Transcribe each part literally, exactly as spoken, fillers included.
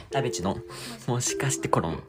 ラベチのもしかしてコロン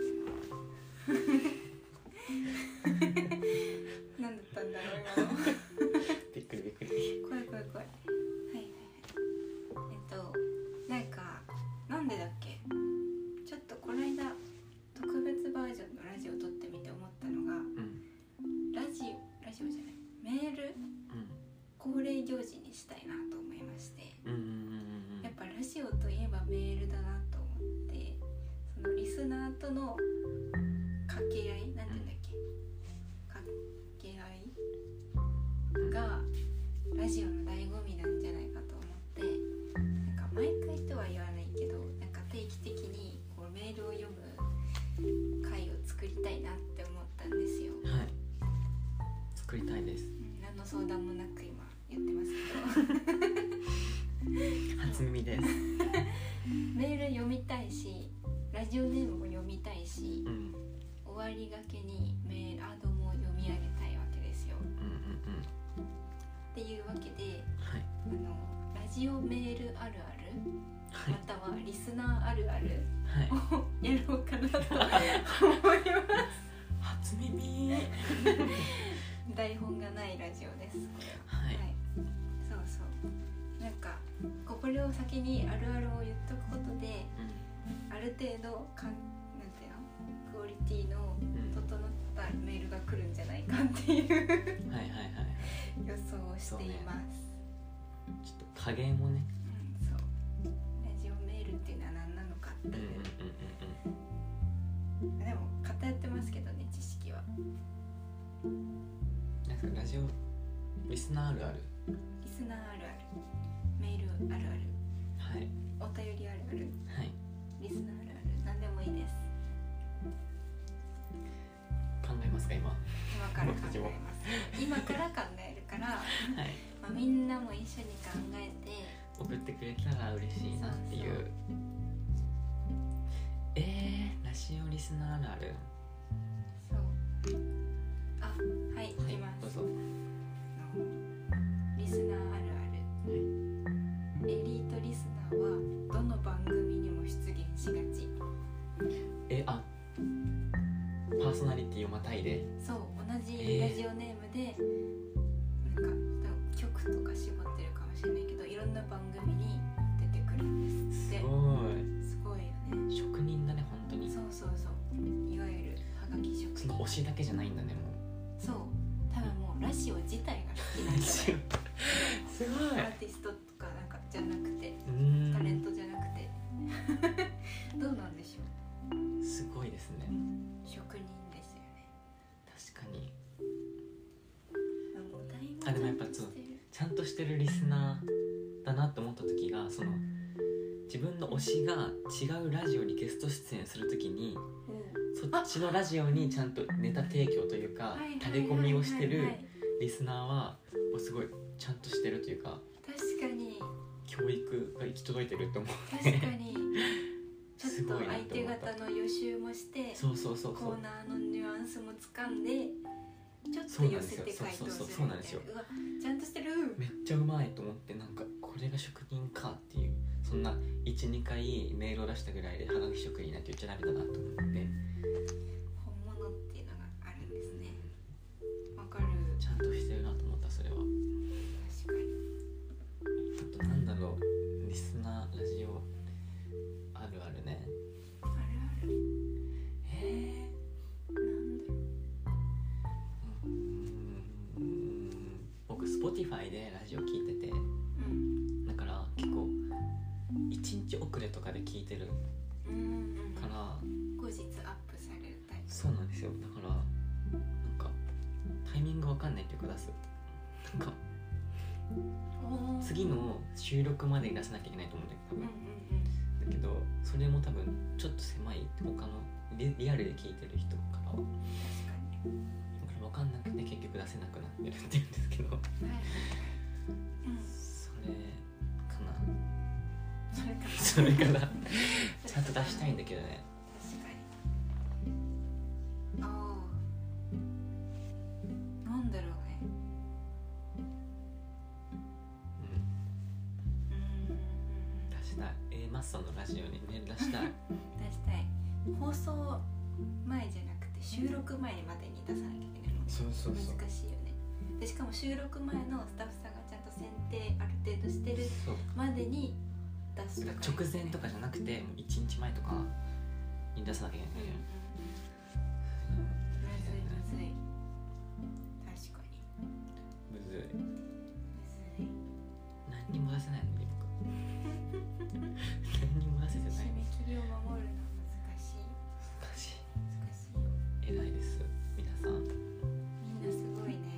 何だったんだろう今のびっくりびっくり怖い怖い怖い。はいはいはい。えっとなんかなんでだっけ、ちょっとこの間特別バージョンのラジオ撮ってみて思ったのが、 うん、 ラジオラジオじゃないメール、 うん、 恒例行事にしたいなと思いまして、 うんうんうんうん、 やっぱラジオといえばメールだなと思って、そのリスナーとの掛け合い、なんていうんだっけ、掛け合いがラジオの醍醐味なんじゃないかと思って、なんか毎回とは言わないけど、なんか定期的にこうメールを読む回を作りたいなって思ったんですよ。 はい、作りたいです。 うん、何の相談もなく今言ってますけど初耳ですメール読みたいし、ラジオネームも読みたいし、 うん、 終わりがけにメールアドも読み上げたいわけですよ。 うんうんうん、 っていうわけで、 はい、 あのラジオメールあるある、 はい、 またはリスナーあるあるはいをやろうかなと思います初耳台本がないラジオですこれは。 はい、 はい、そうそう、なんかこれを先にあるあるを言っとくことで、 うん、 ある程度かんなんていうのクオリティの整ったメールが来るんじゃないかっていうはいはいはいはい、 予想をしています。 ちょっと加減もね、 うん、そう、ラジオメールっていうのは何なのかっていう、 うんうんうんうん、 でも偏ってますけどね、知識は。 なんかラジオリスナーあるある、 リスナーあるある、メールあるある、 はい、 お便りあるある、 はい、 リスナーあるある、何でもいいです。 考えますか今？ 今から考えます。今から考えるから、はい、まあ、みんなも一緒に考えて送ってくれたら嬉しいなっていう。そうそう、えー、ラジオリスナーあるある。 そう。あ、はい、言います。 どうぞ。 リスナーあるある。はい、エリートリスナーはどの番組にも出現しがち。 え、あ、パーソナリティをまたいで。そう、 同じラジオネームで、えー、なんか曲とか絞ってるかもしれないけど、いろんな番組に出てくるんですって。 すごい。 すごいよね。 職人だね、本当に。そうそうそう、いわゆるハガキ職人。 その推しだけじゃないんだね、もう。そう、 多分もうラジオ自体が好きなんじゃないすごい。 アーティストとかなんかじゃなくて、 うーん、 タレントじゃなくてどうなんでしょう。 すごいですね。 職人ですよね。 確かに。 あ、 でもやっぱそう、ちゃんとしてるリスナーだなって思った時が、その自分の推しが違うラジオにゲスト出演するときに、うん、そっちのラジオにちゃんとネタ提供というか垂れ込みをしてるリスナーはすごいちゃんとしてるというか、 確かに教育が行き届いてるって思う。 確かにちょっと相手方の予習もして、 そうそうそうそう、 コーナーのニュアンスも掴んでちょっと寄せて回答するみたいな。うわ、ちゃんとしてる、 めっちゃうまいと思って、なんかこれが職人かっていう、そんな いち,に 回メールを出したぐらいでハガキ職人なんて言っちゃダメだなと思って。 本物っていうのがあるんですね。わかる。 ちゃんとしてるなと思った、それは。 確かに。 あとなんだろう、リスナーラジオあるあるね。 あるある。 へえ。 なんだろう。 うーん、僕 Spotify でラジオ聞いてて、うん、だから結構いちにち遅れとかで聞いてるから、うんうん、 後日アップされるタイプ。 そうなんですよ。だからなんかタイミングわかんないっていうか、出すなんか次の収録までに出さなきゃいけないと思うんだけど、多分、うんうんうん、だけどそれも多分ちょっと狭い、他の リ, リアルで聞いてる人からは。確かに。分かんなくて結局出せなくなってるって言うんですけど、はい、うん、それかな。 それかな。 それかな。ちゃんと出したいんだけどね。 確かに。ああ。なんだろうね。 うん。うん。出したい。えー、ま発想のラジオにね出したい出したい。放送前じゃなくて収録前までに出さなきゃいけないので、 そうそうそう難しいよね。でしかも収録前のスタッフさんがちゃんと選定ある程度してるまでに出すとか、 直前とかじゃなくてもういちにちまえとかに出さなきゃいけない、 うんうん、むずいむずい。確かにむずい。 むずい。 何にも出せないのに僕何にも出せてない。 締め切りを守るのは難しい。 難しい。 難しいよ。 偉いです皆さん。 みんなすごいね。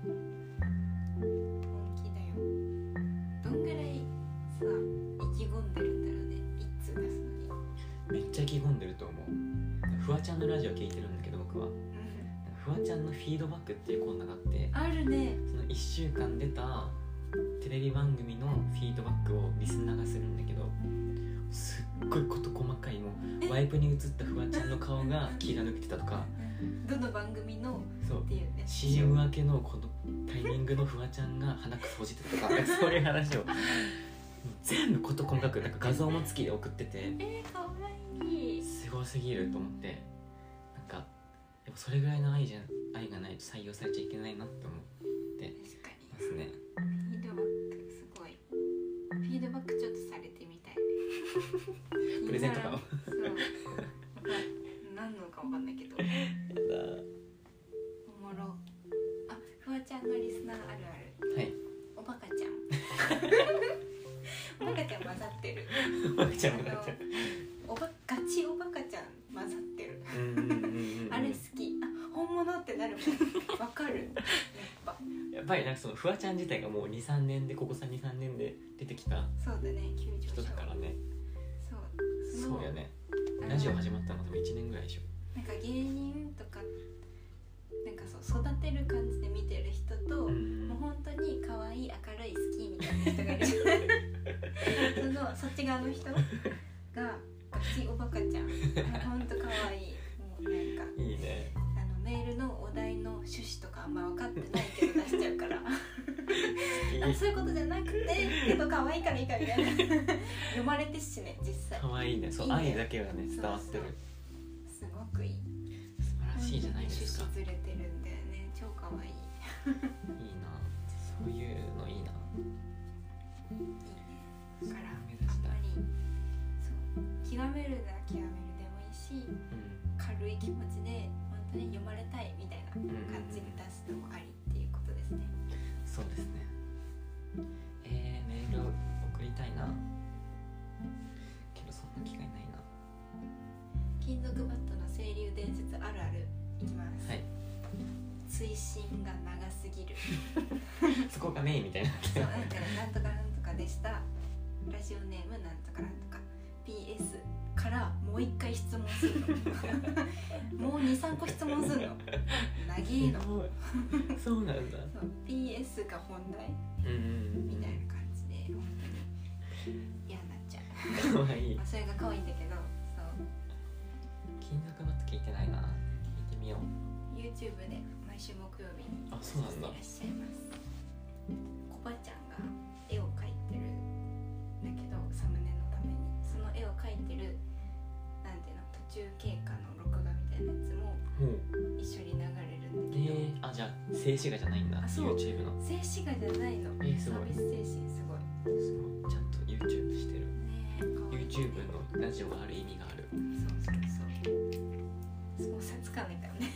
本気だよ。どんぐらいさ意気込んでるんだろうね。一通出すのに。 めっちゃ意気込んでると思う。フワちゃんのラジオ聞いてるんだけど僕は、 うん、 フワちゃんのフィードバックっていうコーナーがあって、 あるね。 そのいっしゅうかん出たテレビ番組のフィードバックをリスナーがするんだけど、すっごい事細かい、もうワイプに映ったフワちゃんの顔が気が抜けてたとか、 どの番組のそうっていうね、 シーエム 明けのこのタイミングのフワちゃんが鼻くそほじってたとかそういう話を全部事細かくなんか画像も付きで送ってて、 えー、かわいい。 すごすぎると思って、なんかでもそれぐらいの愛じゃ愛がないと採用されちゃいけないなって思って確かにますね。 フィードバックすごい。フィードバックちょっとされてみたいプレゼントかも。 そう何のかわかんないけど、 やだ。 おもろ。あ、フワちゃんのリスナーあるある。 はい。 おバカちゃんおバカちゃん混ざってる。 おバカちゃん混ざってる。 おばガチおバカちゃん混ざってる。 うんうんうんうん、 あれ好き。あ、本物ってなるもん。わかる。やっぱ。 やっぱりなんかそのフワちゃん自体がもう にさんねんでここさん、にさんねんで出てきたそうだね、急上昇人だからね。 そうそうやね。ラジオ始まったの多分いちねんぐらいでしょ。 なんか芸人とかなんかそう育てる感じで見てる人と、うん、もう本当に可愛い明るい好きみたいな人がいるじゃないそのそっち側の人がガチおバカちゃん、本当可愛い。もうなんかいいね。 あのメールのお題の趣旨とかあんま分かってないけど出しちゃうからあ、そういうことじゃなくてけど可愛いからいいかみたいな読まれてしね、実際可愛いね。そう、いいね、愛だけがね伝わってる。 そうそう、すごくいい。 素晴らしいじゃないですか。 趣旨ずれてるんだよね。超可愛いいいな、そういうのいいな。 いいね。だからあんまりそう極めるなら極めるでもいいし、うん、軽い気持ちで本当に読まれたいみたいな感じで出すのもありっていうことですね。 そうですね。えー、メールを送りたいな。けどそんな機会ないな。 金属バットの清流伝説あるあるいきます。 はい。 追伸が長すぎるそこがメインみたいな。 そう、なんかなんとかなんとかでした。ラジオネームなんとかなんとか ピーエス からもう一回質問するのもう にさんこ質問するの長えのそうなんだ。 そう ピーエス が本題、 うんうん、 みたいな感じで本当に嫌になっちゃう。 かわいい、 まあ、それが可愛いんだけど、そう金属バット聞いてないな。聞いてみよう。 YouTube で毎週木曜日にあ、そうなんだ。 いらっしゃいます。コバちゃんが絵を描いてるんだけど、サムネのためにその絵を描いてるなんていうの、途中経過の録画みたいなやつも一緒に流れるんだけど、 えー、あ、じゃあ静止画じゃないんだ。 YouTube の静止画じゃないの、 えー、すごいサービス精神すごいすごい、ちゃんと YouTube してる、 ね、 YouTube のラジオがある意味がある。 そうそうそう、もう差つかないからね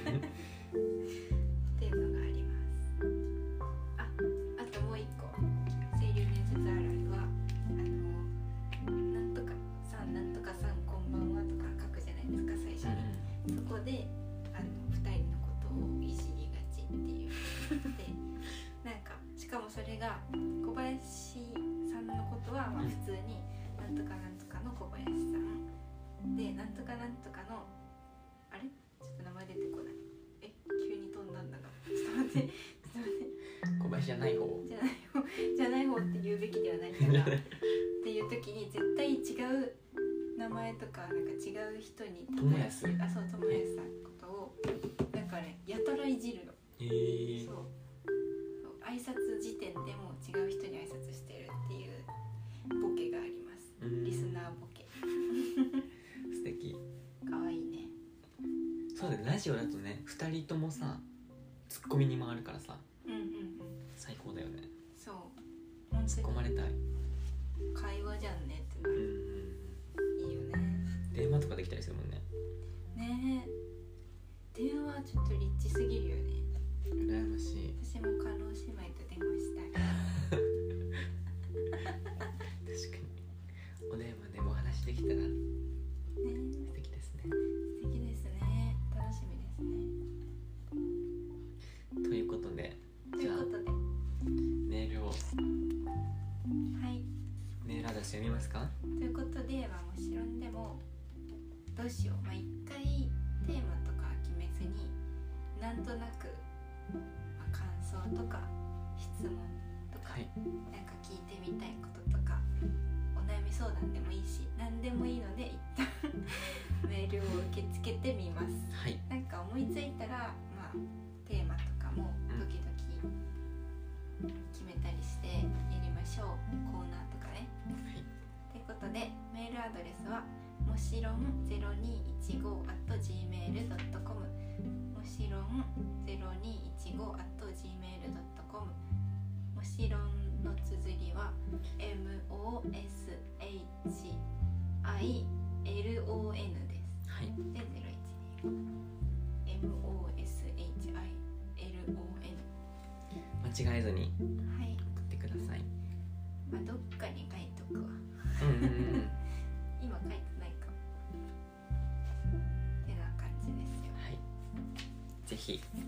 っていうのがあります。あ、あともう一個清流伝説あるあるは、あのなんとかさんなんとかさんこんばんはとか書くじゃないですか最初に、うん、そこであのふたりのことをいじりがちっていうで、なんかしかもそれが小林さんのことはまあ普通になんとかなんとかの小林さんで、なんとかなんとかのあれちょっと名前出てこない、え急に飛んだんだが、ちょっと待ってちょっと待って、 小林じゃない方じゃない方じゃない方って言うべきではないからっていう時に絶対違う名前とかなんか違う人に友安、 あ、そう、友安さんのことをなんかねやたらいじるの。 へー、 そう、挨拶時点でも違う人に挨拶してるっていうボケがあります。リスナージオだとねふたりともさツッコミに回るからさ、 うんうんうん、 最高だよね。 そう本当に突っ込まれたい。 会話じゃんねってなうんる、いいよね。 電話とかできたりするもんね。 ねえ電話ちょっとリッチすぎるよね。 羨ましい。 私も加納姉妹と電話したい確かにお電話でもお話できたらね素敵ですね。 素敵ですね。楽しみですね。 ということでということでメールをはいメールアドレス読みますか。 ということで、まあ、もちろんでもどうしよう、まあ、一回テーマとか決めずになんとなく、まあ、感想とか質問とか、 はい、 なんか聞いてみたいこととかお悩み相談でもいいし何でもいいので一旦メールを受け付けてみます。 はい、 なんか思いついたら、まあ、テーマとかも時々決めたりしてやりましょう、コーナーとかね。 はい、 ということでメールアドレスはもしろん ゼロにいちご アット ジーメール ドット コム もしろん ゼロにいちご アット ジーメール ドット コム もしろんの綴りは エムオーエスエイチアイエルオーエヌ です。 はい、 で ゼロいちに エムオーエスエイチアイエルオーエヌ間違えずにはい送ってください。 まあ、どっかに書いとくわうんうんうん今書いてないかってな感じですよ。 はい、ぜひ